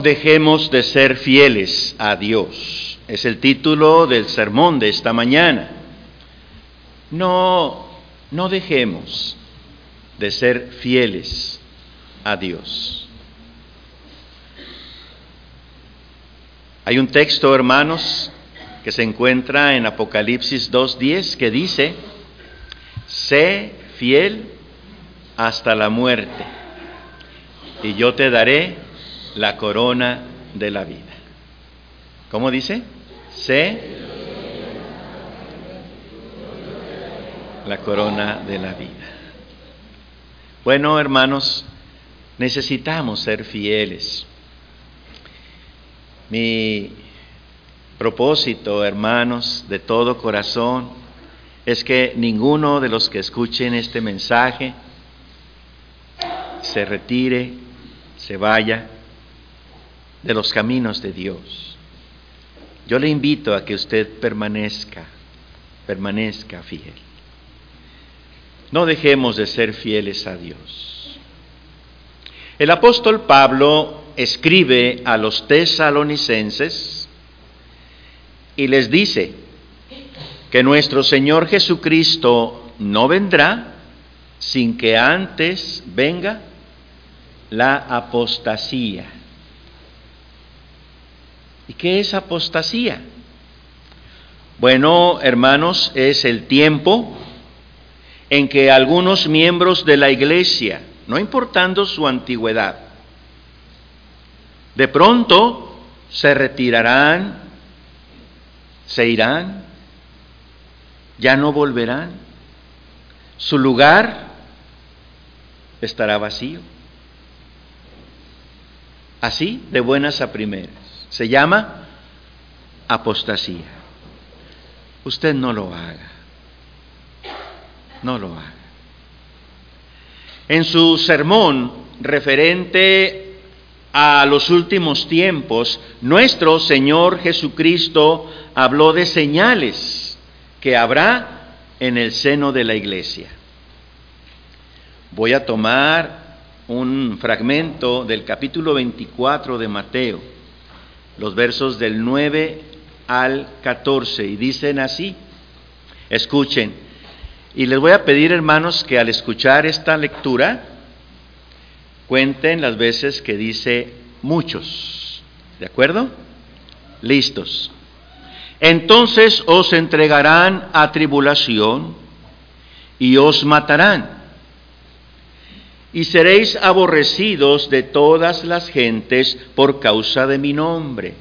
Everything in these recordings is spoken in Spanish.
Dejemos de ser fieles a Dios. Es el título del sermón de esta mañana. No dejemos de ser fieles a Dios. Hay un texto, hermanos, que se encuentra en Apocalipsis 2:10 que dice: sé fiel hasta la muerte, y yo te daré la corona de la vida. ¿Cómo dice? Sé la corona de la vida. Bueno, hermanos, necesitamos ser fieles. Mi propósito, hermanos, de todo corazón, es que ninguno de los que escuchen este mensaje se retire, se vaya de los caminos de Dios. Yo le invito a que usted permanezca fiel. No dejemos de ser fieles a Dios. El apóstol Pablo escribe a los tesalonicenses y les dice que nuestro Señor Jesucristo no vendrá sin que antes venga la apostasía. ¿Y qué es apostasía? Bueno, hermanos, es el tiempo en que algunos miembros de la iglesia, no importando su antigüedad, de pronto se retirarán, se irán, ya no volverán. Su lugar estará vacío. Así, de buenas a primeras. Se llama apostasía. Usted no lo haga. No lo haga. En su sermón referente a los últimos tiempos, nuestro Señor Jesucristo habló de señales que habrá en el seno de la iglesia. Voy a tomar un fragmento del capítulo 24 de Mateo, los versos del 9 al 14, y dicen así. Escuchen, y les voy a pedir, hermanos, que al escuchar esta lectura cuenten las veces que dice muchos. ¿De acuerdo? Listos. Entonces os entregarán a tribulación y os matarán, y seréis aborrecidos de todas las gentes por causa de mi nombre.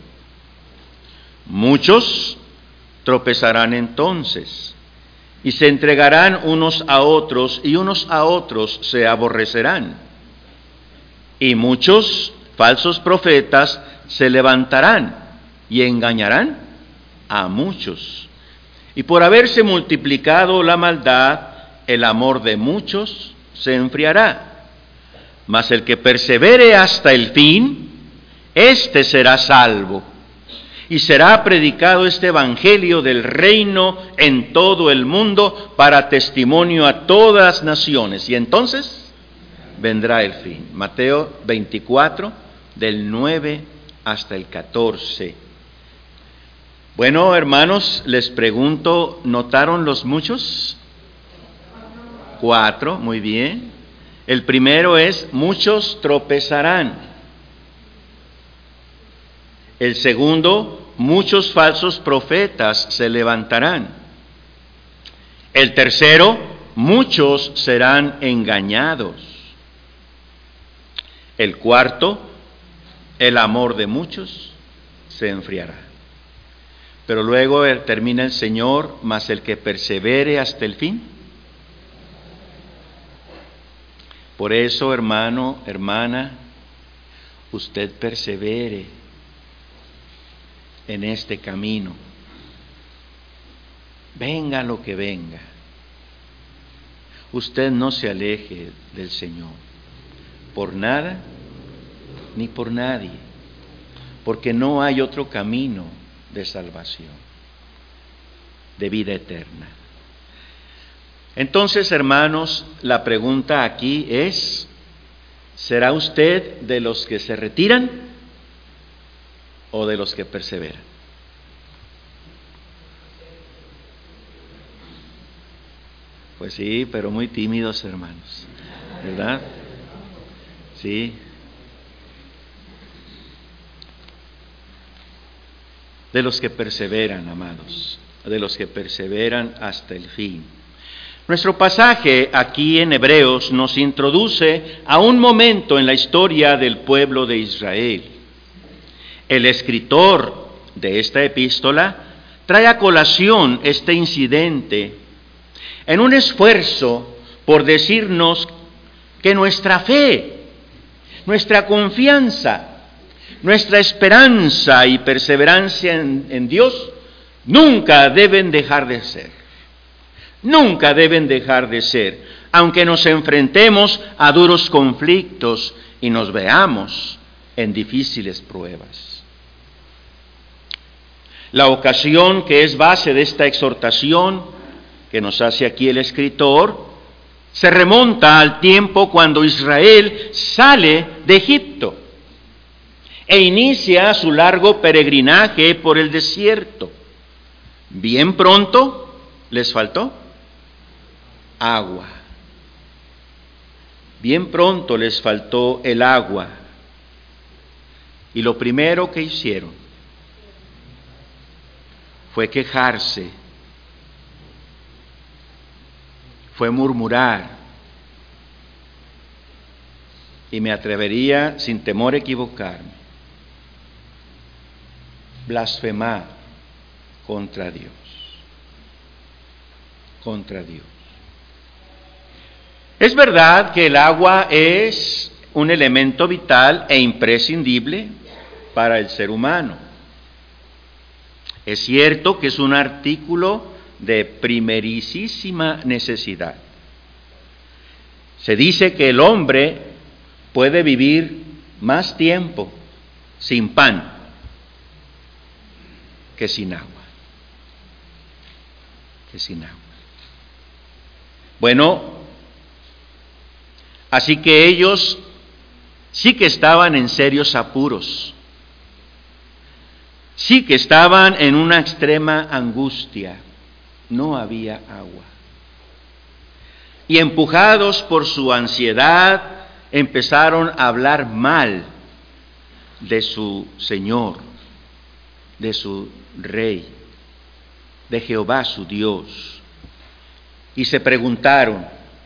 Muchos tropezarán entonces, y se entregarán unos a otros, y unos a otros se aborrecerán. Y muchos falsos profetas se levantarán y engañarán a muchos. Y por haberse multiplicado la maldad, el amor de muchos se enfriará. Mas el que persevere hasta el fin, éste será salvo. Y será predicado este evangelio del reino en todo el mundo para testimonio a todas las naciones. Y entonces vendrá el fin. Mateo 24, del 9 hasta el 14. Bueno, hermanos, les pregunto, ¿notaron los muchos? 4, muy bien. El primero es: muchos tropezarán. El segundo: muchos falsos profetas se levantarán. El tercero: muchos serán engañados. El cuarto: el amor de muchos se enfriará. Pero luego termina el Señor: mas el que persevere hasta el fin. Por eso, hermano, hermana, usted persevere en este camino. Venga lo que venga. Usted no se aleje del Señor, por nada ni por nadie, porque no hay otro camino de salvación, de vida eterna. Entonces, hermanos, la pregunta aquí es: ¿será usted de los que se retiran o de los que perseveran? Pues sí, pero muy tímidos, hermanos, ¿verdad? Sí. De los que perseveran, amados, de los que perseveran hasta el fin. Nuestro pasaje aquí en Hebreos nos introduce a un momento en la historia del pueblo de Israel. El escritor de esta epístola trae a colación este incidente en un esfuerzo por decirnos que nuestra fe, nuestra confianza, nuestra esperanza y perseverancia en Dios nunca deben dejar de ser. Nunca deben dejar de ser, aunque nos enfrentemos a duros conflictos y nos veamos en difíciles pruebas. La ocasión que es base de esta exhortación que nos hace aquí el escritor se remonta al tiempo cuando Israel sale de Egipto e inicia su largo peregrinaje por el desierto. Bien pronto les faltó agua. Bien pronto les faltó el agua. Y lo primero que hicieron fue quejarse, fue murmurar, y me atrevería, sin temor a equivocarme, blasfemar contra Dios. Contra Dios. Es verdad que el agua es un elemento vital e imprescindible para el ser humano. Es cierto que es un artículo de primerísima necesidad. Se dice que el hombre puede vivir más tiempo sin pan que sin agua. Que sin agua. Bueno, así que ellos sí que estaban en serios apuros. Sí que estaban en una extrema angustia. No había agua. Y empujados por su ansiedad, empezaron a hablar mal de su Señor, de su Rey, de Jehová su Dios. Y se preguntaron: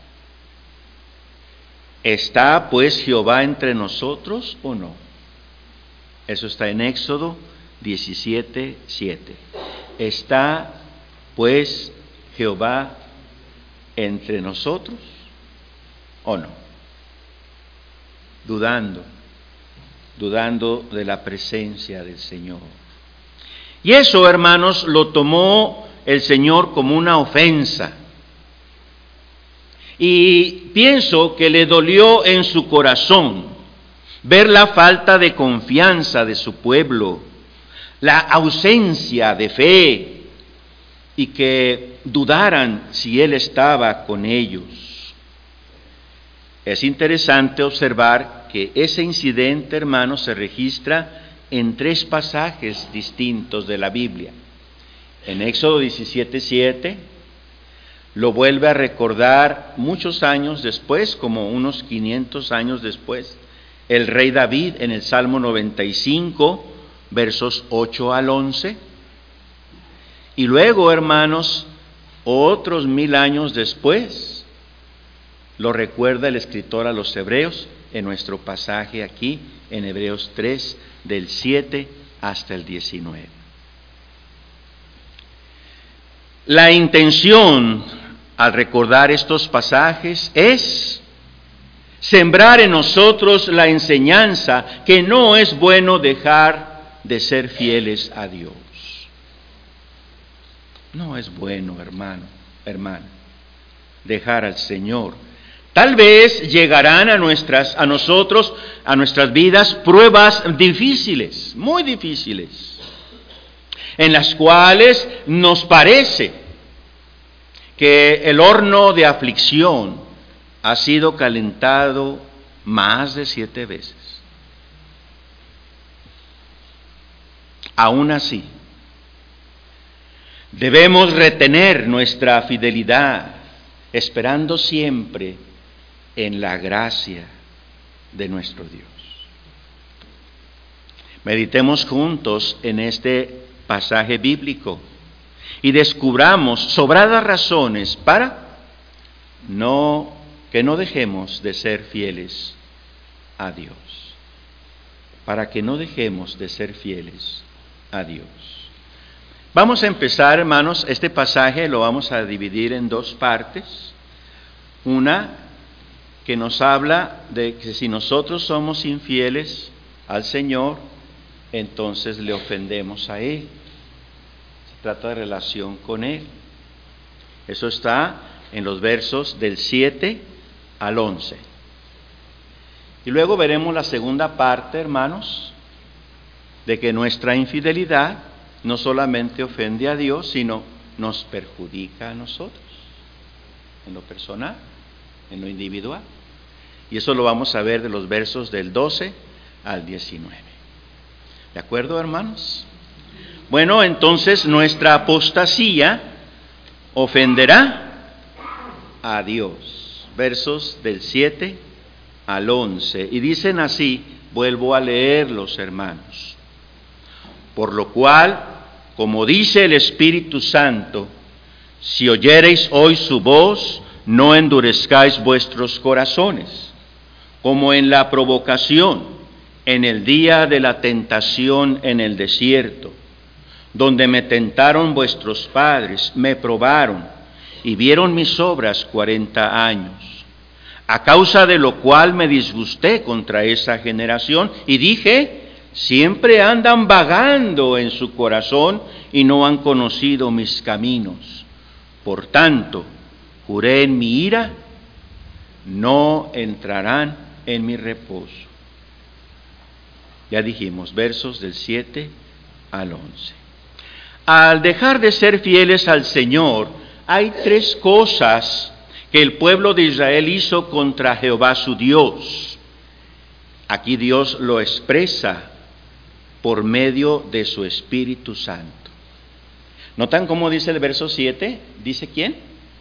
¿está pues Jehová entre nosotros o no? Eso está en Éxodo 17:7. ¿Está pues Jehová entre nosotros o no? Dudando de la presencia del Señor. Y eso, hermanos, lo tomó el Señor como una ofensa. Y pienso que le dolió en su corazón ver la falta de confianza de su pueblo, la ausencia de fe, y que dudaran si Él estaba con ellos. Es interesante observar que ese incidente, hermanos, se registra en 3 pasajes distintos de la Biblia. En Éxodo 17:7, lo vuelve a recordar muchos años después, como unos 500 años después, el rey David en el Salmo 95, versos 8 al 11. Y luego, hermanos, otros 1000 años después, lo recuerda el escritor a los Hebreos en nuestro pasaje aquí, en Hebreos 3, del 7 hasta el 19. La intención al recordar estos pasajes es sembrar en nosotros la enseñanza que no es bueno dejar de ser fieles a Dios. No es bueno, hermana, dejar al Señor. Tal vez llegarán a nuestras vidas pruebas difíciles, muy difíciles, en las cuales nos parece que el horno de aflicción ha sido calentado más de 7 veces. Aún así, debemos retener nuestra fidelidad, esperando siempre en la gracia de nuestro Dios. Meditemos juntos en este pasaje bíblico y descubramos sobradas razones para que no dejemos de ser fieles a Dios. Para que no dejemos de ser fieles a Dios. Vamos a empezar, hermanos, este pasaje lo vamos a dividir en dos partes. Una que nos habla de que si nosotros somos infieles al Señor, entonces le ofendemos a Él. Se trata de relación con Él. Eso está en los versos del 7 al 11. Y luego veremos la segunda parte, hermanos, de que nuestra infidelidad no solamente ofende a Dios, sino nos perjudica a nosotros, en lo personal, en lo individual. Y eso lo vamos a ver de los versos del 12 al 19. ¿De acuerdo, hermanos? Bueno, entonces nuestra apostasía ofenderá a Dios. Versos del 7 al 11. Y dicen así, vuelvo a leerlos, hermanos. Por lo cual, como dice el Espíritu Santo, si oyereis hoy su voz, no endurezcáis vuestros corazones, como en la provocación, en el día de la tentación en el desierto, donde me tentaron vuestros padres, me probaron y vieron mis obras 40 años, a causa de lo cual me disgusté contra esa generación y dije, siempre andan vagando en su corazón y no han conocido mis caminos. Por tanto, juré en mi ira, no entrarán en mi reposo. Ya dijimos, versos del 7 al 11. Al dejar de ser fieles al Señor, hay tres cosas que el pueblo de Israel hizo contra Jehová su Dios. Aquí Dios lo expresa por medio de su Espíritu Santo. ¿Notan cómo dice el verso 7? ¿Dice quién?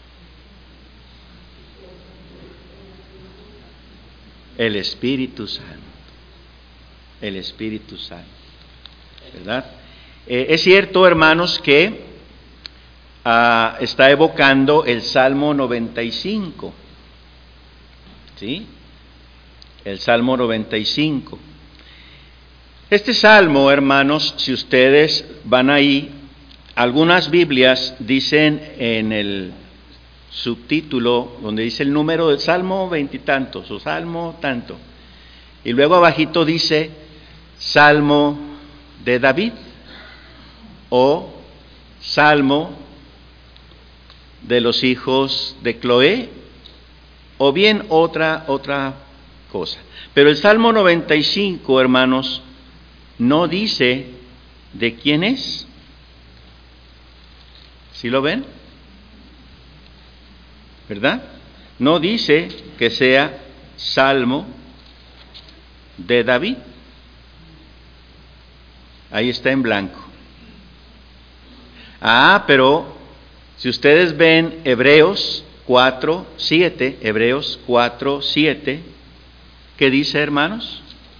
El Espíritu Santo. El Espíritu Santo. ¿Verdad? Es cierto, hermanos, que está evocando el Salmo 95. ¿Sí? El Salmo 95. Este salmo, hermanos, si ustedes van ahí, algunas Biblias dicen en el subtítulo, donde dice el número del Salmo 20 y tantos, o Salmo tanto, y luego abajito dice Salmo de David, o Salmo de los hijos de Cloé, o bien otra cosa. Pero el Salmo 95, hermanos, no dice de quién es. ¿Sí lo ven? ¿Verdad? No dice que sea Salmo de David. Ahí está en blanco. Pero si ustedes ven Hebreos 4:7, ¿qué dice, hermanos?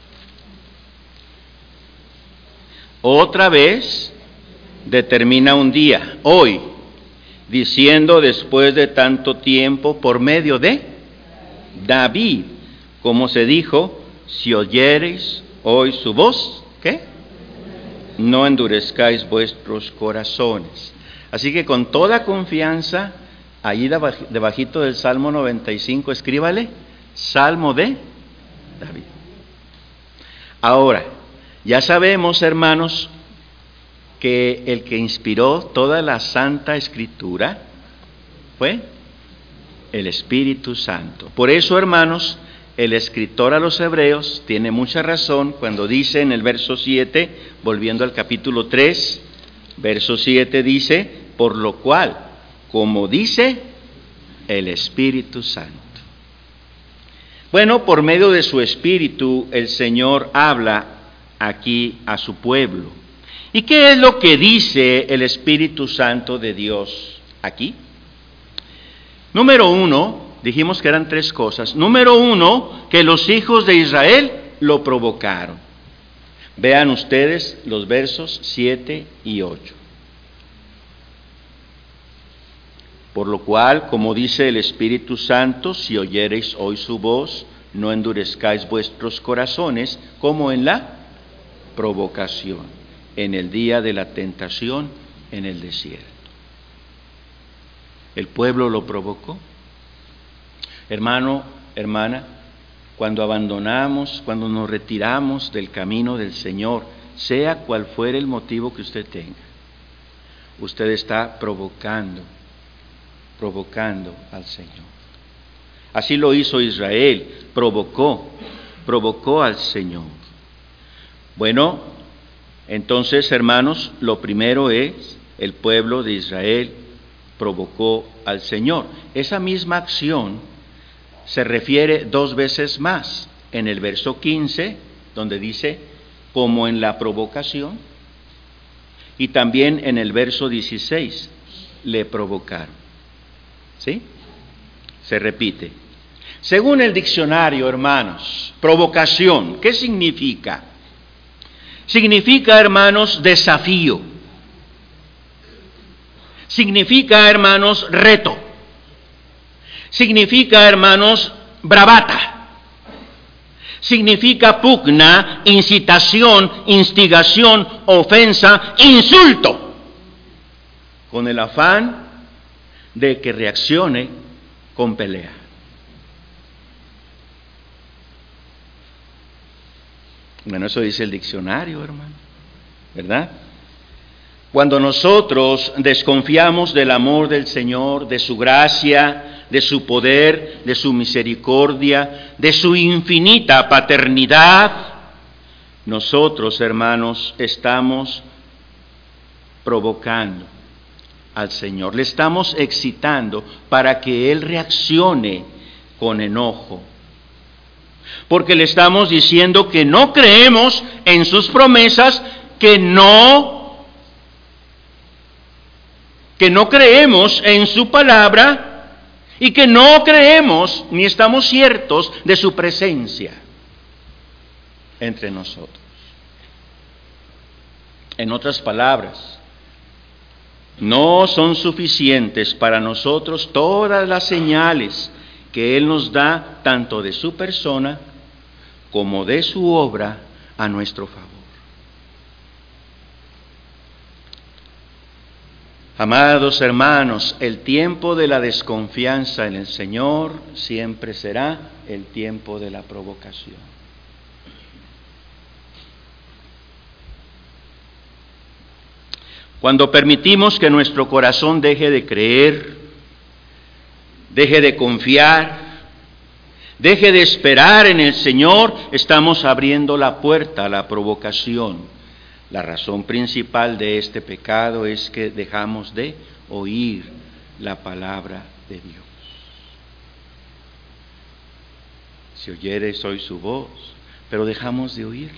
Otra vez determina un día, hoy, diciendo después de tanto tiempo, por medio de David, como se dijo, si oyereis hoy su voz, ¿qué? No endurezcáis vuestros corazones. Así que con toda confianza, ahí debajito del Salmo 95, escríbale, Salmo de David. Ahora, ya sabemos, hermanos, que el que inspiró toda la Santa Escritura fue el Espíritu Santo. Por eso, hermanos, el escritor a los Hebreos tiene mucha razón cuando dice en el verso 7, volviendo al capítulo 3, verso 7 dice, por lo cual, como dice el Espíritu Santo. Bueno, por medio de su Espíritu, el Señor habla aquí a su pueblo. ¿Y qué es lo que dice el Espíritu Santo de Dios aquí? Número 1, dijimos que eran 3 cosas. Número 1, que los hijos de Israel lo provocaron. Vean ustedes los versos 7 y 8. Por lo cual, como dice el Espíritu Santo, si oyereis hoy su voz, no endurezcáis vuestros corazones como en la provocación, en el día de la tentación en el desierto. El pueblo lo provocó. Hermano, hermana, cuando abandonamos, cuando nos retiramos del camino del Señor, sea cual fuere el motivo que usted tenga, usted está provocando al Señor. Así lo hizo Israel, provocó al Señor. Bueno, entonces, hermanos, lo primero es, el pueblo de Israel provocó al Señor. Esa misma acción se refiere 2 veces más, en el verso 15, donde dice, como en la provocación, y también en el verso 16, le provocaron. ¿Sí? Se repite. Según el diccionario, hermanos, provocación, ¿qué significa? Significa, hermanos, desafío. Significa, hermanos, reto. Significa, hermanos, bravata. Significa pugna, incitación, instigación, ofensa, insulto, con el afán de que reaccione con pelea. Bueno, eso dice el diccionario, hermano, ¿verdad? Cuando nosotros desconfiamos del amor del Señor, de su gracia, de su poder, de su misericordia, de su infinita paternidad, nosotros, hermanos, estamos provocando al Señor, le estamos excitando para que Él reaccione con enojo, porque le estamos diciendo que no creemos en sus promesas, que no creemos en su palabra y que no creemos ni estamos ciertos de su presencia entre nosotros. En otras palabras, no son suficientes para nosotros todas las señales que Él nos da, tanto de su persona como de su obra, a nuestro favor. Amados hermanos, el tiempo de la desconfianza en el Señor siempre será el tiempo de la provocación. Cuando permitimos que nuestro corazón deje de creer, deje de confiar, deje de esperar en el Señor, estamos abriendo la puerta a la provocación. La razón principal de este pecado es que dejamos de oír la palabra de Dios. Si oyereis hoy su voz, pero dejamos de oírla.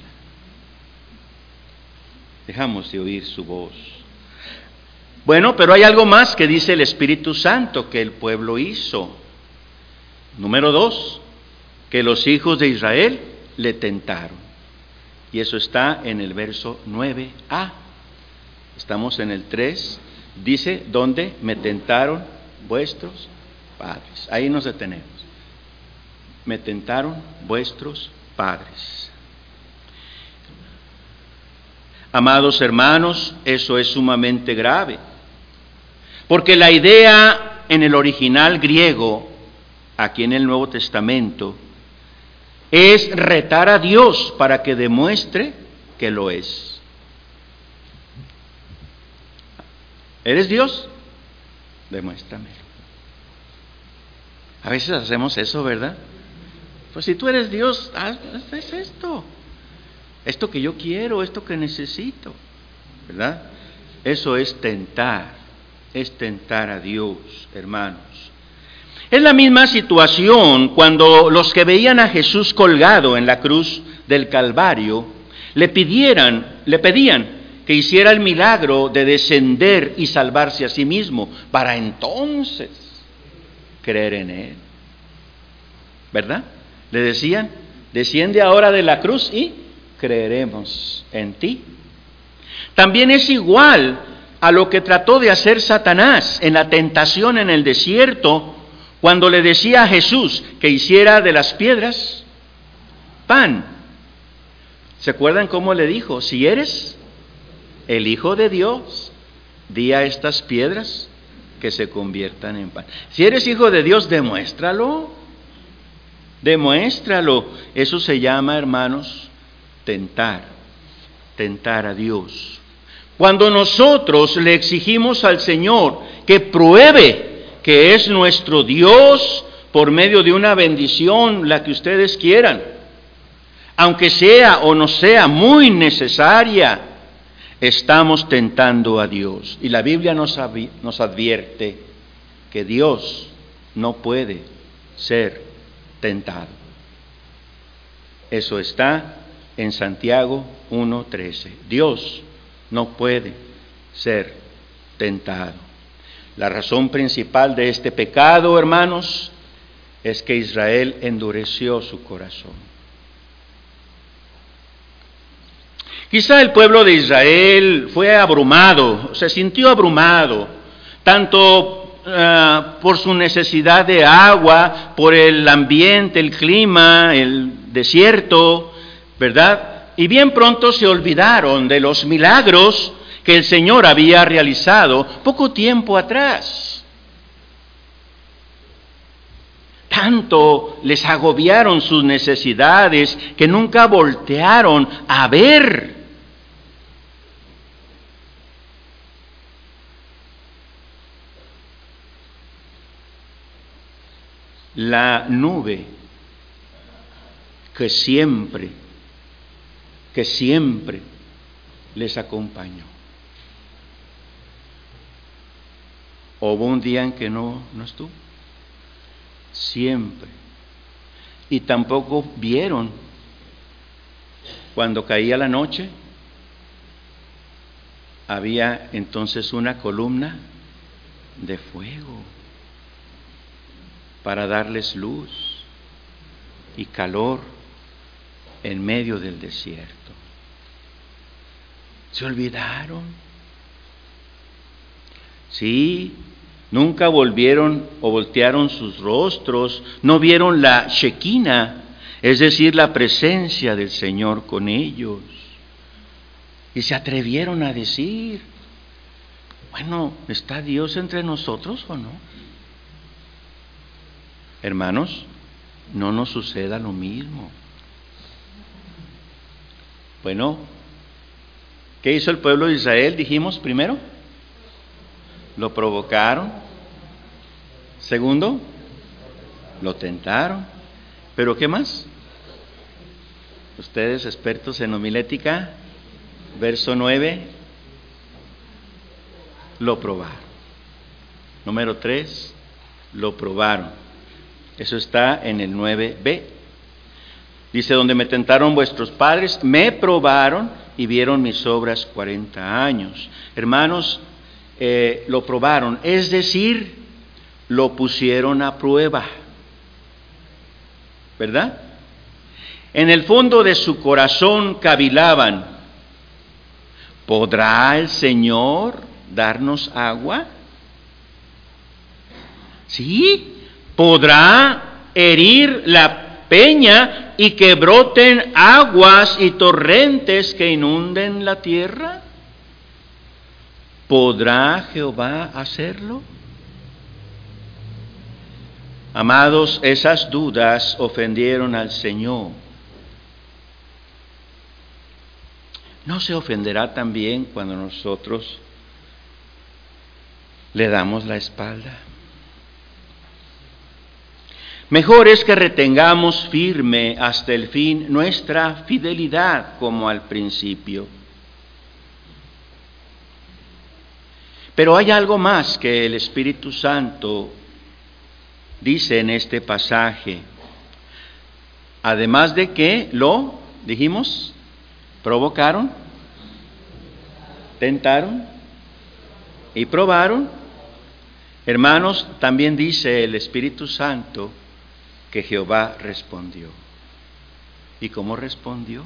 Dejamos de oír su voz. Bueno, pero hay algo más que dice el Espíritu Santo que el pueblo hizo. Número 2, que los hijos de Israel le tentaron. Y eso está en el verso 9a. Estamos en el 3. Dice, ¿dónde me tentaron vuestros padres? Ahí nos detenemos. Me tentaron vuestros padres. Amados hermanos, eso es sumamente grave. Porque la idea en el original griego, aquí en el Nuevo Testamento, es retar a Dios para que demuestre que lo es. ¿Eres Dios? Demuéstramelo. A veces hacemos eso, ¿verdad? Pues si tú eres Dios, haz esto que yo quiero, esto que necesito, ¿verdad? Eso es tentar a Dios, hermanos. Es la misma situación cuando los que veían a Jesús colgado en la cruz del Calvario le pedían que hiciera el milagro de descender y salvarse a sí mismo, para entonces creer en Él. ¿Verdad? Le decían, desciende ahora de la cruz y creeremos en ti. También es igual a lo que trató de hacer Satanás en la tentación en el desierto, cuando le decía a Jesús que hiciera de las piedras pan. ¿Se acuerdan cómo le dijo? Si eres el Hijo de Dios, di a estas piedras que se conviertan en pan. Si eres Hijo de Dios, demuéstralo. Demuéstralo. Eso se llama, hermanos, tentar a Dios. Cuando nosotros le exigimos al Señor que pruebe que es nuestro Dios por medio de una bendición, la que ustedes quieran, aunque sea o no sea muy necesaria, estamos tentando a Dios. Y la Biblia nos advierte que Dios no puede ser tentado. Eso está en Santiago 1:13. Dios no puede ser tentado. La razón principal de este pecado, hermanos, es que Israel endureció su corazón. Quizá el pueblo de Israel fue abrumado, se sintió abrumado, tanto por su necesidad de agua, por el ambiente, el clima, el desierto, ¿verdad? Y bien pronto se olvidaron de los milagros que el Señor había realizado poco tiempo atrás. Tanto les agobiaron sus necesidades que nunca voltearon a ver. La nube que siempre les acompañó. Hubo un día en que no estuvo. Siempre. Y tampoco vieron cuando caía la noche, había entonces una columna de fuego para darles luz y calor en medio del desierto. Se olvidaron. Sí, nunca volvieron o voltearon sus rostros, no vieron la Shekinah, es decir, la presencia del Señor con ellos. Y se atrevieron a decir, bueno, ¿está Dios entre nosotros o no? Hermanos, no nos suceda lo mismo. Bueno, ¿qué hizo el pueblo de Israel? Dijimos primero, lo provocaron. Segundo, lo tentaron. ¿Pero qué más? Ustedes, expertos en homilética, verso 9, lo probaron. Número 3, lo probaron. Eso está en el 9b. Dice, donde me tentaron vuestros padres, me probaron y vieron mis obras 40 años. Hermanos, lo probaron, es decir, lo pusieron a prueba, ¿verdad? En el fondo de su corazón cavilaban, ¿podrá el Señor darnos agua? ¿Sí? ¿Podrá herir la peña y que broten aguas y torrentes que inunden la tierra? ¿Podrá Jehová hacerlo? Amados, esas dudas ofendieron al Señor. ¿No se ofenderá también cuando nosotros le damos la espalda? Mejor es que retengamos firme hasta el fin nuestra fidelidad como al principio. Pero hay algo más que el Espíritu Santo dice en este pasaje. Además de que lo, dijimos, provocaron, Tentaron y probaron. Hermanos, también dice el Espíritu Santo que Jehová respondió. ¿Y cómo respondió?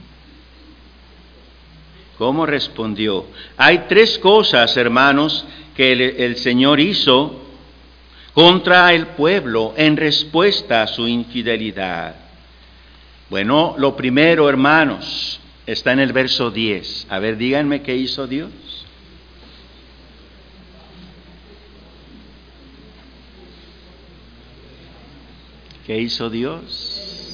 ¿Cómo respondió? Hay tres cosas, hermanos, que el Señor hizo contra el pueblo en respuesta a su infidelidad. Bueno, lo primero, hermanos, está en el verso 10. A ver, díganme qué hizo Dios. ¿Qué hizo Dios?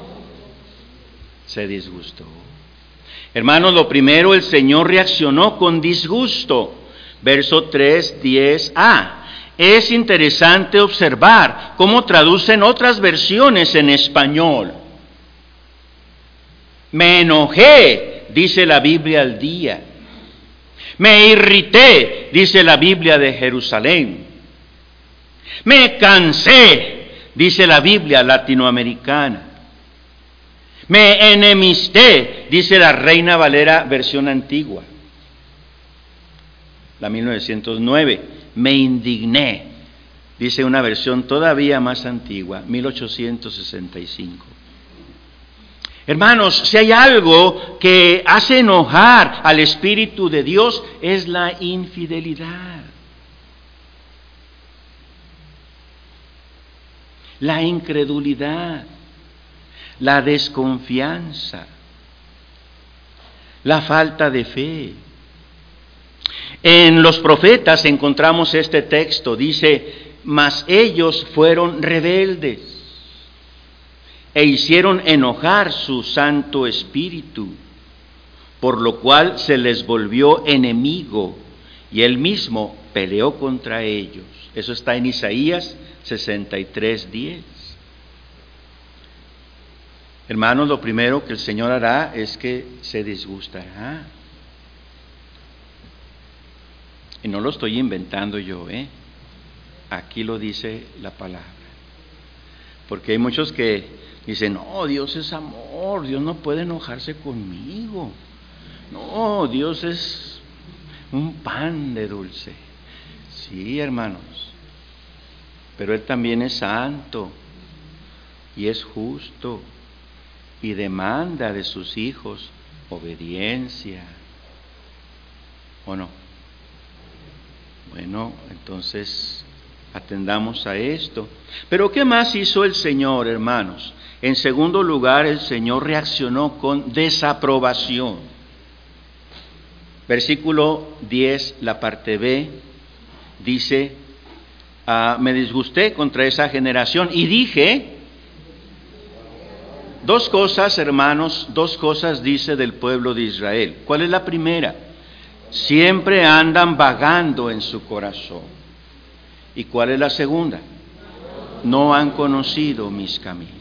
Se disgustó. Hermanos, lo primero, el Señor reaccionó con disgusto. Verso 3, 10a. Es interesante observar cómo traducen otras versiones en español. Me enojé, dice la Biblia al día. Me irrité, dice la Biblia de Jerusalén. Me cansé, dice la Biblia latinoamericana. Me enemisté, dice la Reina Valera versión antigua, la 1909. Me indigné, dice una versión todavía más antigua, 1865. Hermanos, si hay algo que hace enojar al Espíritu de Dios, es la infidelidad, la incredulidad, la desconfianza, la falta de fe. En los profetas encontramos este texto, dice, mas ellos fueron rebeldes e hicieron enojar su Santo Espíritu, por lo cual se les volvió enemigo y él mismo peleó contra ellos. Eso está en Isaías 63:10. Hermanos, lo primero que el Señor hará es que se disgustará. Y no lo estoy inventando yo, Aquí lo dice la palabra. Porque hay muchos que dicen, no, Dios es amor, Dios no puede enojarse conmigo. No, Dios es un pan de dulce. Sí, hermanos, pero Él también es santo y es justo y demanda de sus hijos obediencia. ¿O no? Bueno, entonces atendamos a esto. Pero ¿qué más hizo el Señor, hermanos? En segundo lugar, el Señor reaccionó con desaprobación. Versículo 10, la parte B, dice, me disgusté contra esa generación y dije, dos cosas, hermanos, dos cosas dice del pueblo de Israel. ¿Cuál es la primera? Siempre andan vagando en su corazón. ¿Y cuál es la segunda? No han conocido mis caminos.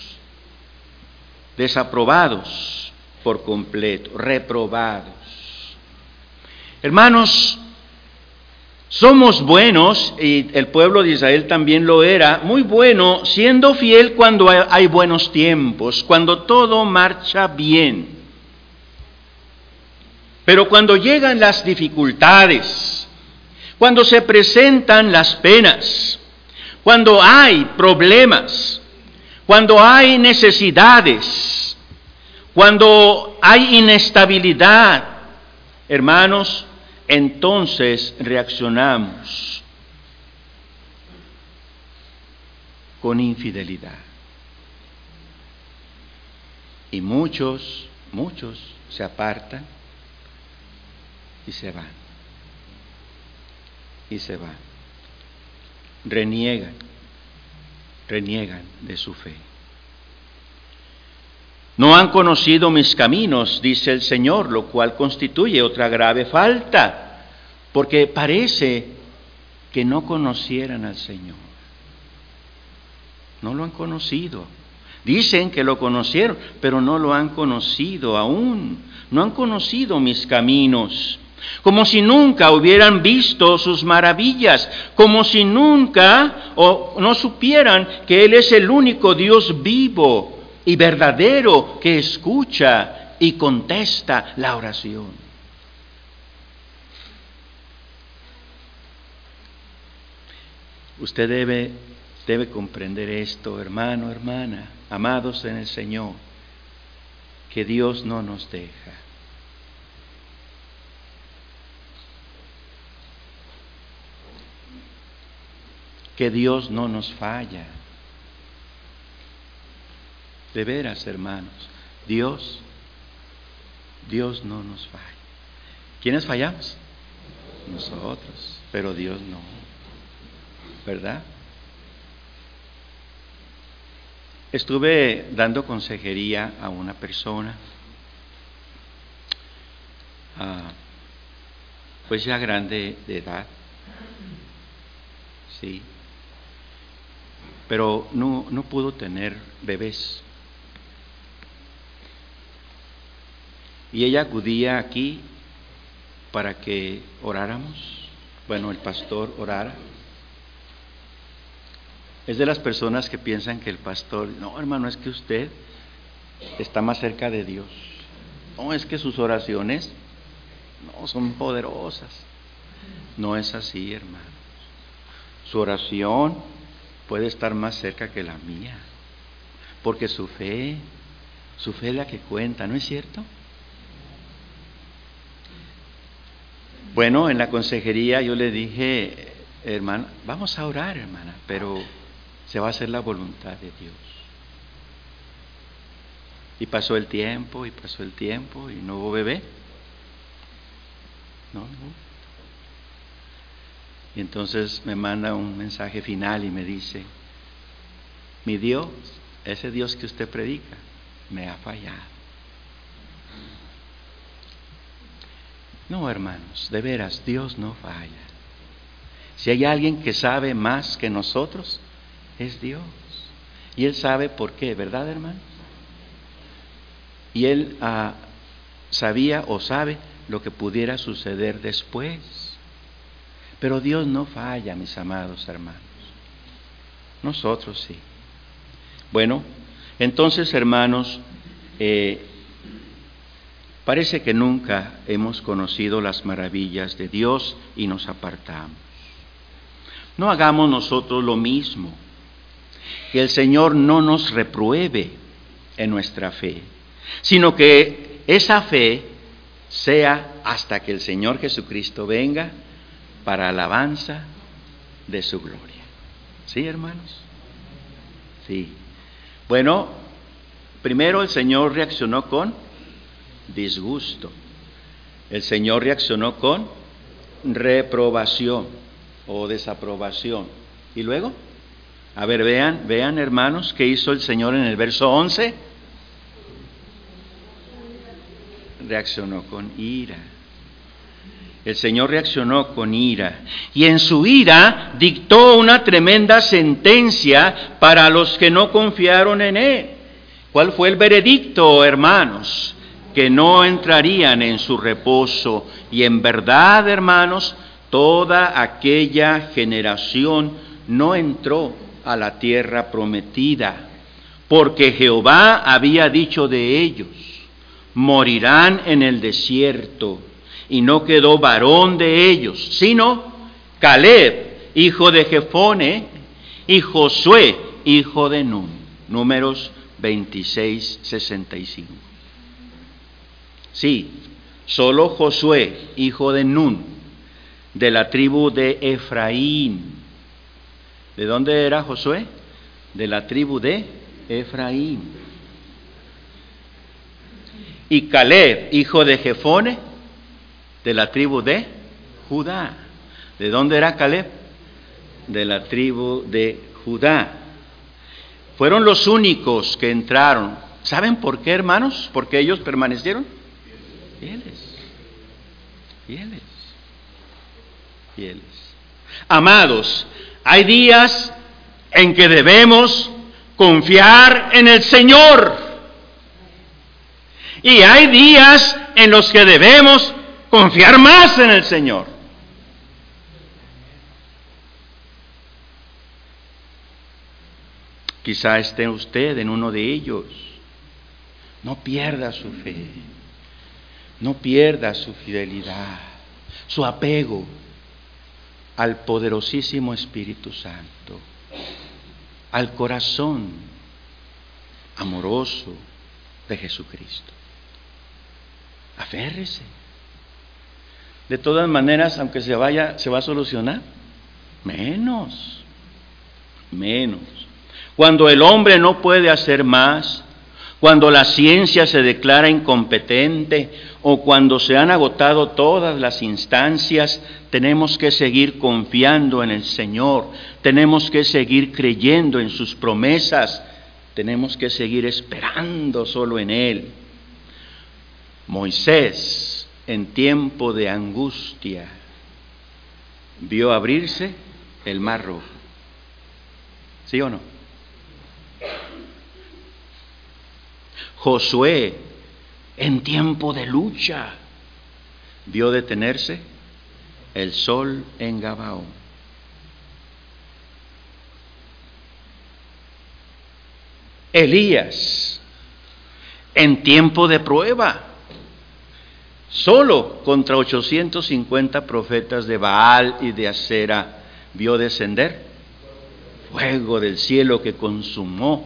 Desaprobados por completo, reprobados. Hermanos, somos buenos, y el pueblo de Israel también lo era, muy bueno, siendo fiel cuando hay buenos tiempos, cuando todo marcha bien. Pero cuando llegan las dificultades, cuando se presentan las penas, cuando hay problemas, cuando hay necesidades, cuando hay inestabilidad, hermanos, entonces reaccionamos con infidelidad. Y muchos se apartan y se van. Y se van. Reniegan de su fe. No han conocido mis caminos, dice el Señor, lo cual constituye otra grave falta, porque parece que no conocieran al Señor. No lo han conocido. Dicen que lo conocieron, pero no lo han conocido aún. No han conocido mis caminos. Como si nunca hubieran visto sus maravillas, como si nunca o no supieran que Él es el único Dios vivo y verdadero que escucha y contesta la oración. Usted debe comprender esto, hermano, hermana, amados en el Señor, que Dios no nos deja. Que Dios no nos falla. De veras, hermanos, Dios no nos falla. ¿Quiénes fallamos? Nosotros, pero Dios no, ¿verdad? Estuve dando consejería a una persona, pues ya grande de edad, sí, pero no pudo tener bebés. Y ella acudía aquí para que oráramos, bueno, el pastor orara. Es de las personas que piensan que el pastor, no, hermano, es que usted está más cerca de Dios. No, es que sus oraciones no son poderosas. No es así, hermanos. Su oración puede estar más cerca que la mía, porque su fe es la que cuenta, ¿no es cierto? Bueno, en la consejería yo le dije, hermana, vamos a orar, hermana, pero se va a hacer la voluntad de Dios. Y pasó el tiempo y no hubo bebé. No. Y entonces me manda un mensaje final y me dice, mi Dios, ese Dios que usted predica, me ha fallado. No, hermanos, de veras, Dios no falla. Si hay alguien que sabe más que nosotros, es Dios. Y Él sabe por qué, ¿verdad, hermanos? Y Él sabía o sabe lo que pudiera suceder después. Pero Dios no falla, mis amados hermanos. Nosotros sí. Bueno, entonces, hermanos, parece que nunca hemos conocido las maravillas de Dios y nos apartamos. No hagamos nosotros lo mismo. Que el Señor no nos repruebe en nuestra fe, sino que esa fe sea hasta que el Señor Jesucristo venga para alabanza de su gloria. ¿Sí, hermanos? Sí. Bueno, primero el Señor reaccionó con disgusto. El Señor reaccionó con reprobación o desaprobación. ¿Y luego? A ver, vean hermanos, ¿qué hizo el Señor en el verso 11? Reaccionó con ira. El Señor reaccionó con ira. Y en su ira dictó una tremenda sentencia para los que no confiaron en Él. ¿Cuál fue el veredicto, hermanos? Que no entrarían en su reposo. Y en verdad, hermanos, toda aquella generación no entró a la tierra prometida, porque Jehová había dicho de ellos, morirán en el desierto, y no quedó varón de ellos, sino Caleb, hijo de Jefone, y Josué, hijo de Nun. Números 26:65. Sí, solo Josué, hijo de Nun, de la tribu de Efraín. ¿De dónde era Josué? De la tribu de Efraín. Y Caleb, hijo de Jefone, de la tribu de Judá. ¿De dónde era Caleb? De la tribu de Judá. Fueron los únicos que entraron. ¿Saben por qué, hermanos? ¿Por qué ellos permanecieron? Fieles. Amados, hay días en que debemos confiar en el Señor. Y hay días en los que debemos confiar más en el Señor. Quizá esté usted en uno de ellos. No pierda su fe, no pierda su fidelidad, su apego. al poderosísimo Espíritu Santo, al corazón amoroso de Jesucristo. Aférrese. De todas maneras, aunque se vaya, ¿se va a solucionar? Menos. Cuando el hombre no puede hacer más, cuando la ciencia se declara incompetente o cuando se han agotado todas las instancias, tenemos que seguir confiando en el Señor, tenemos que seguir creyendo en sus promesas, tenemos que seguir esperando solo en Él. Moisés, en tiempo de angustia, vio abrirse el Mar Rojo. ¿Sí o no? Josué, en tiempo de lucha, vio detenerse el sol en Gabaón. Elías, en tiempo de prueba, solo contra 850 profetas de Baal y de Acera, vio descender fuego del cielo que consumió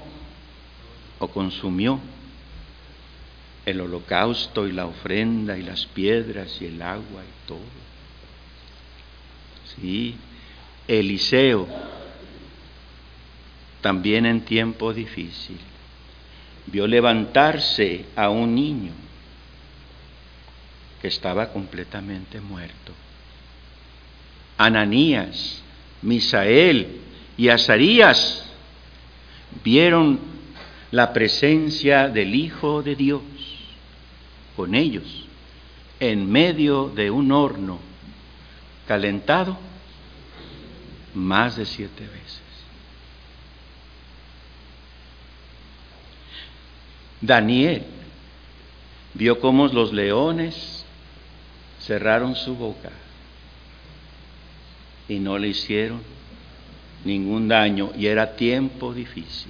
el holocausto y la ofrenda y las piedras y el agua y todo. Sí, Eliseo, también en tiempo difícil, vio levantarse a un niño que estaba completamente muerto. Ananías, Misael y Azarías vieron la presencia del Hijo de Dios con ellos en medio de un horno calentado más de 7 veces. Daniel vio cómo los leones cerraron su boca y no le hicieron ningún daño, y era tiempo difícil.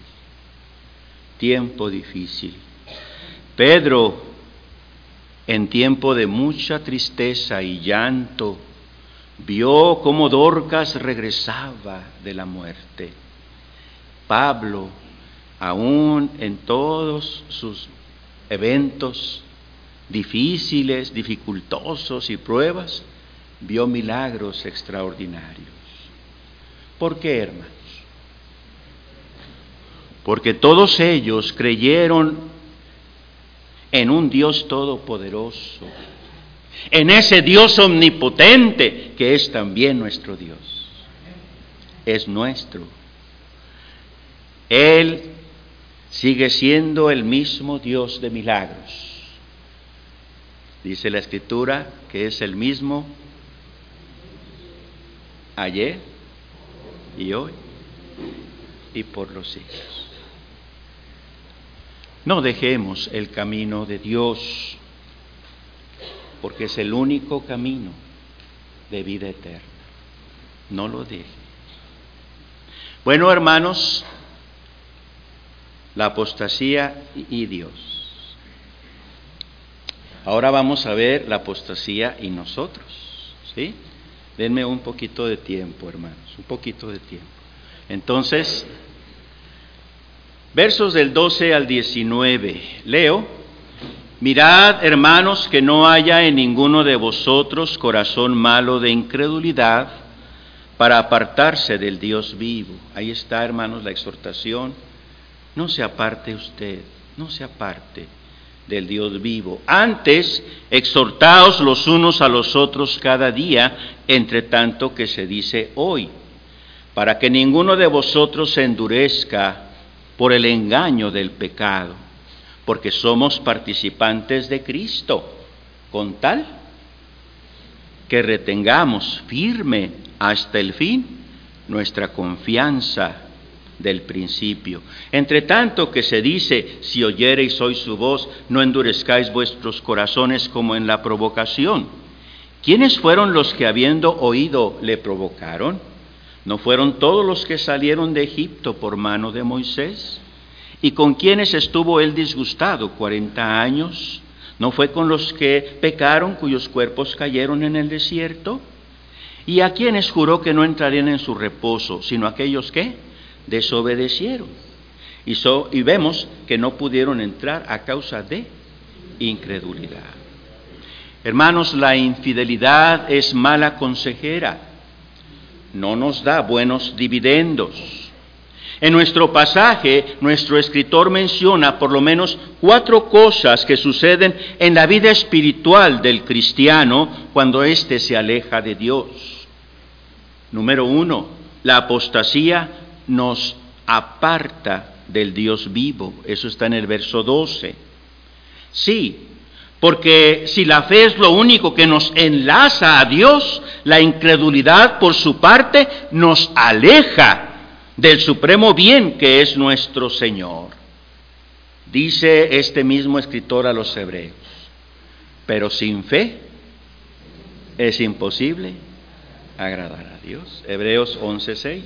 Pedro, en tiempo de mucha tristeza y llanto, vio cómo Dorcas regresaba de la muerte. Pablo, aún en todos sus eventos difíciles, dificultosos y pruebas, vio milagros extraordinarios. ¿Por qué, hermanos? Porque todos ellos creyeron en un Dios todopoderoso, en ese Dios omnipotente que es también nuestro Dios. Es nuestro. Él sigue siendo el mismo Dios de milagros. Dice la Escritura que es el mismo ayer y hoy y por los siglos. No dejemos el camino de Dios, porque es el único camino de vida eterna. No lo deje. Bueno, hermanos, la apostasía y Dios. Ahora vamos a ver la apostasía y nosotros, ¿sí? Denme un poquito de tiempo, hermanos, un poquito de tiempo. Entonces, versos del 12 al 19, leo: mirad, hermanos, que no haya en ninguno de vosotros corazón malo de incredulidad para apartarse del Dios vivo. Ahí está, hermanos, la exhortación. No se aparte usted, no se aparte del Dios vivo. Antes, exhortaos los unos a los otros cada día, entre tanto que se dice hoy, para que ninguno de vosotros se endurezca por el engaño del pecado, porque somos participantes de Cristo, con tal que retengamos firme hasta el fin nuestra confianza del principio. Entre tanto que se dice, si oyereis hoy su voz, no endurezcáis vuestros corazones como en la provocación. ¿Quiénes fueron los que habiendo oído le provocaron? ¿No fueron todos los que salieron de Egipto por mano de Moisés? ¿Y con quiénes estuvo él disgustado 40 años? ¿No fue con los que pecaron, cuyos cuerpos cayeron en el desierto? ¿Y a quienes juró que no entrarían en su reposo, sino aquellos que desobedecieron? Y vemos que no pudieron entrar a causa de incredulidad. Hermanos, la infidelidad es mala consejera, no nos da buenos dividendos. En nuestro pasaje, nuestro escritor menciona por lo menos 4 cosas que suceden en la vida espiritual del cristiano cuando éste se aleja de Dios. Número 1, la apostasía nos aparta del Dios vivo. Eso está en el verso 12. Sí, porque si la fe es lo único que nos enlaza a Dios, la incredulidad por su parte nos aleja del supremo bien que es nuestro Señor. Dice este mismo escritor a los hebreos, pero sin fe es imposible agradar a Dios. Hebreos 11:6.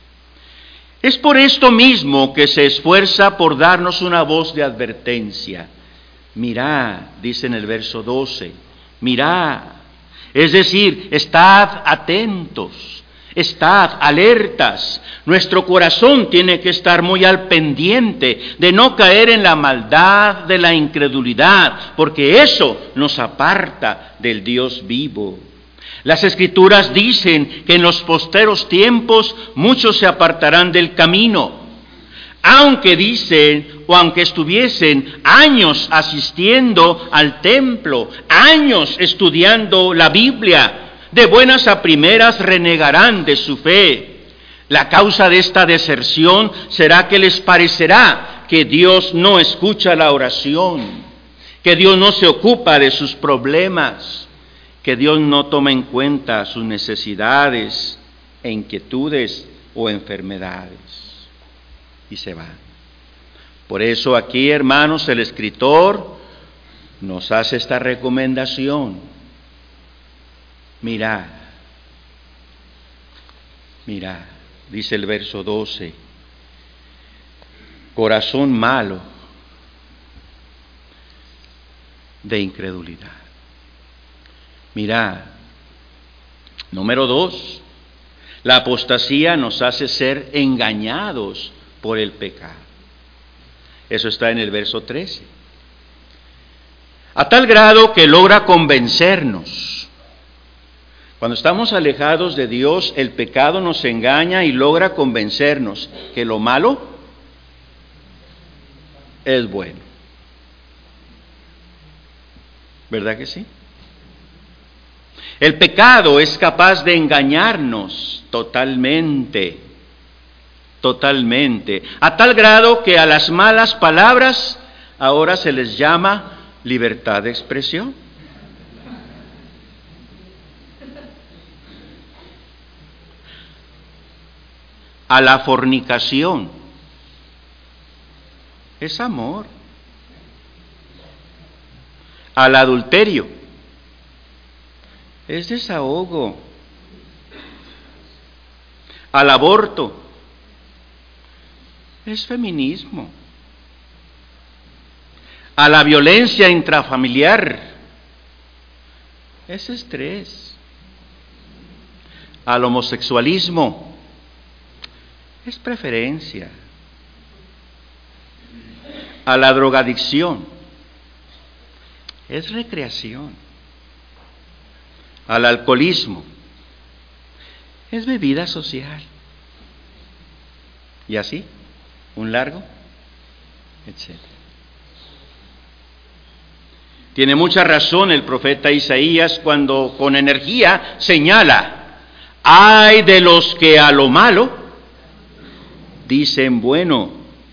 Es por esto mismo que se esfuerza por darnos una voz de advertencia. Mirad, dice en el verso 12, mirad, es decir, estad atentos, estad alertas. Nuestro corazón tiene que estar muy al pendiente de no caer en la maldad de la incredulidad, porque eso nos aparta del Dios vivo. Las Escrituras dicen que en los posteros tiempos muchos se apartarán del camino, aunque estuviesen años asistiendo al templo, años estudiando la Biblia, de buenas a primeras renegarán de su fe. La causa de esta deserción será que les parecerá que Dios no escucha la oración, que Dios no se ocupa de sus problemas, que Dios no toma en cuenta sus necesidades, e inquietudes o enfermedades. Y se va. Por eso aquí, hermanos, el escritor nos hace esta recomendación. Mirad, dice el verso 12, corazón malo de incredulidad. Mirad, número 2, la apostasía nos hace ser engañados por el pecado. Eso está en el verso 13. A tal grado que logra convencernos. Cuando estamos alejados de Dios, el pecado nos engaña y logra convencernos que lo malo es bueno. ¿Verdad que sí? El pecado es capaz de engañarnos totalmente, a tal grado que a las malas palabras ahora se les llama libertad de expresión. A la fornicación es amor. Al adulterio es desahogo. Al aborto es feminismo. A la violencia intrafamiliar es estrés. Al homosexualismo es preferencia. A la drogadicción es recreación. Al alcoholismo es bebida social. Y así, un largo, etcétera. Tiene mucha razón el profeta Isaías cuando con energía señala: ay de los que a lo malo dicen bueno,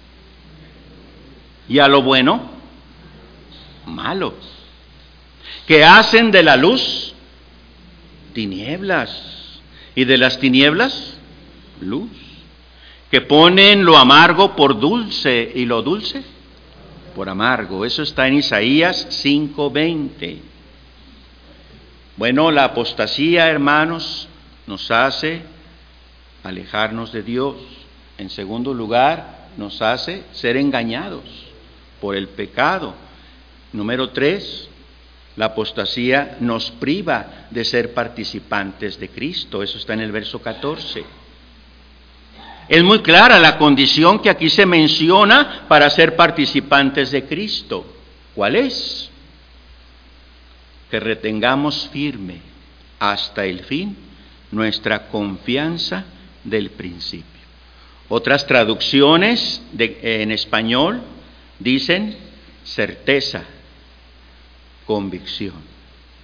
y a lo bueno malo, que hacen de la luz tinieblas y de las tinieblas luz, que ponen lo amargo por dulce y lo dulce por amargo. Eso está en Isaías 5:20. Bueno, la apostasía, hermanos, nos hace alejarnos de Dios. En segundo lugar, nos hace ser engañados por el pecado. Número 3, La apostasía nos priva de ser participantes de Cristo. Eso está en el verso 14. Es muy clara la condición que aquí se menciona para ser participantes de Cristo. ¿Cuál es? Que retengamos firme hasta el fin nuestra confianza del principio. Otras traducciones en español dicen certeza, convicción.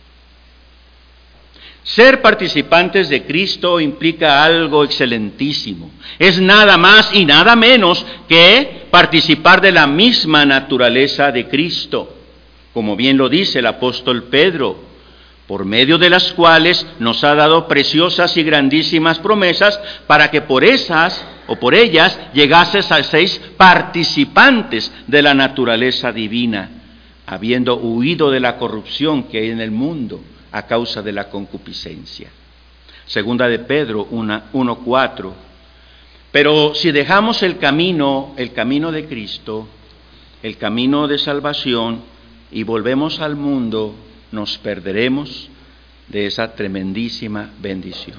Ser participantes de Cristo implica algo excelentísimo. Es nada más y nada menos que participar de la misma naturaleza de Cristo, como bien lo dice el apóstol Pedro, por medio de las cuales nos ha dado preciosas y grandísimas promesas para que por esas o por ellas llegases a ser participantes de la naturaleza divina, habiendo huido de la corrupción que hay en el mundo a causa de la concupiscencia. Segunda de Pedro 1:4. Pero si dejamos el camino de Cristo, el camino de salvación, y volvemos al mundo, nos perderemos de esa tremendísima bendición.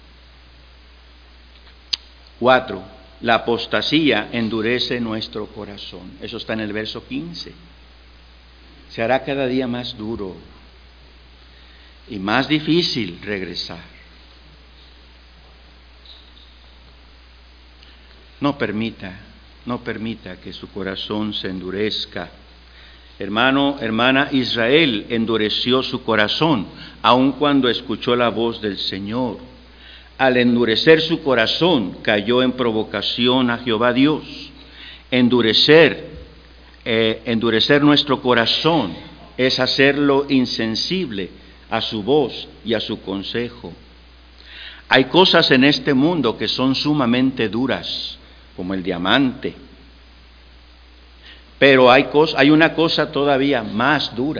4. La apostasía endurece nuestro corazón. Eso está en el verso 15. Se hará cada día más duro y más difícil regresar. No permita que su corazón se endurezca. Hermano, hermana, Israel endureció su corazón, aun cuando escuchó la voz del Señor. Al endurecer su corazón, cayó en provocación a Jehová Dios. Endurecer nuestro corazón es hacerlo insensible a su voz y a su consejo. Hay cosas en este mundo que son sumamente duras, como el diamante. Pero hay una cosa todavía más dura: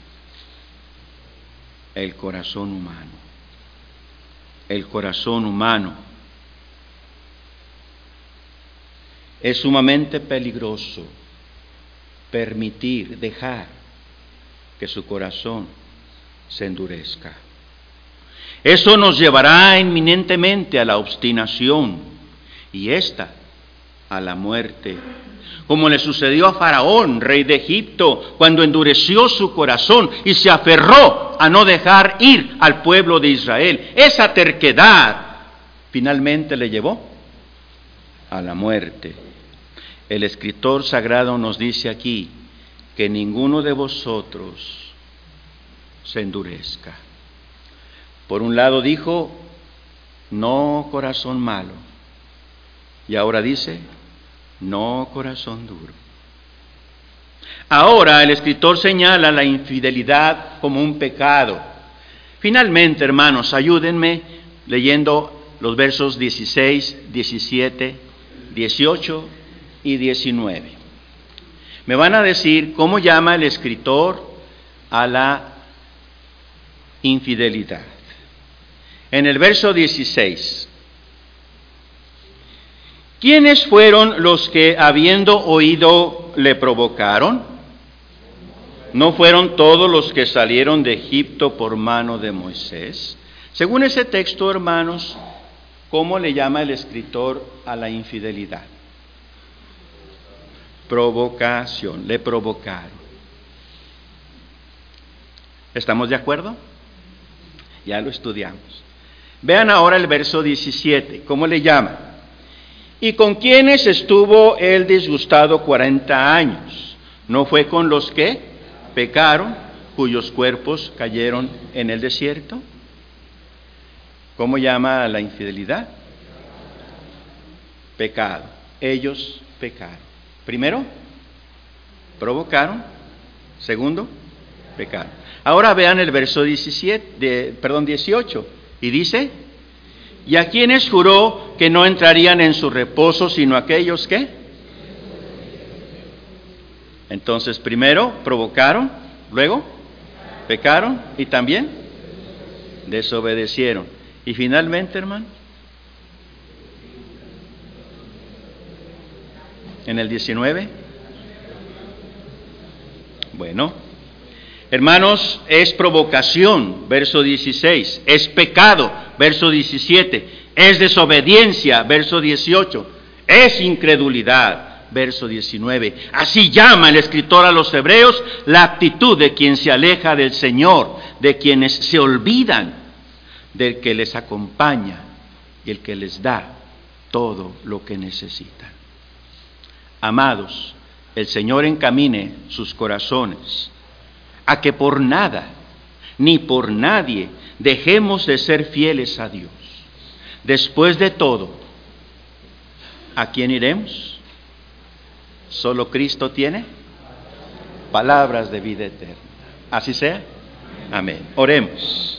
el corazón humano. El corazón humano es sumamente peligroso dejar que su corazón se endurezca. Eso nos llevará inminentemente a la obstinación y esta a la muerte, como le sucedió a Faraón, rey de Egipto, cuando endureció su corazón y se aferró a no dejar ir al pueblo de Israel. Esa terquedad finalmente le llevó a la muerte. El escritor sagrado nos dice aquí que ninguno de vosotros se endurezca. Por un lado dijo, no corazón malo, y ahora dice, no corazón duro. Ahora el escritor señala la infidelidad como un pecado. Finalmente, hermanos, ayúdenme leyendo los versos 16, 17, 18 y 19. Me van a decir cómo llama el escritor a la infidelidad. En el verso 16, ¿quiénes fueron los que, habiendo oído, le provocaron? ¿No fueron todos los que salieron de Egipto por mano de Moisés? Según ese texto, hermanos, ¿cómo le llama el escritor a la infidelidad? Provocación, le provocaron. ¿Estamos de acuerdo? Ya lo estudiamos. Vean ahora el verso 17, ¿cómo le llama? ¿Y con quiénes estuvo él disgustado 40 años? ¿No fue con los que pecaron, cuyos cuerpos cayeron en el desierto? ¿Cómo llama a la infidelidad? Pecado. Ellos pecaron. Primero, provocaron. Segundo, pecaron. Ahora vean el verso 18. Y dice, ¿y a quiénes juró que no entrarían en su reposo sino aquellos que? Entonces, primero provocaron, luego pecaron y también desobedecieron. Y finalmente, hermano, en el 19, bueno, Hermanos, es provocación, verso 16, es pecado, verso 17, es desobediencia, verso 18, es incredulidad, verso 19. Así llama el escritor a los hebreos la actitud de quien se aleja del Señor, de quienes se olvidan del que les acompaña y el que les da todo lo que necesitan. Amados, el Señor encamine sus corazones a que por nada ni por nadie dejemos de ser fieles a Dios. Después de todo, ¿a quién iremos? Solo Cristo tiene palabras de vida eterna. Así sea. Amén. Oremos.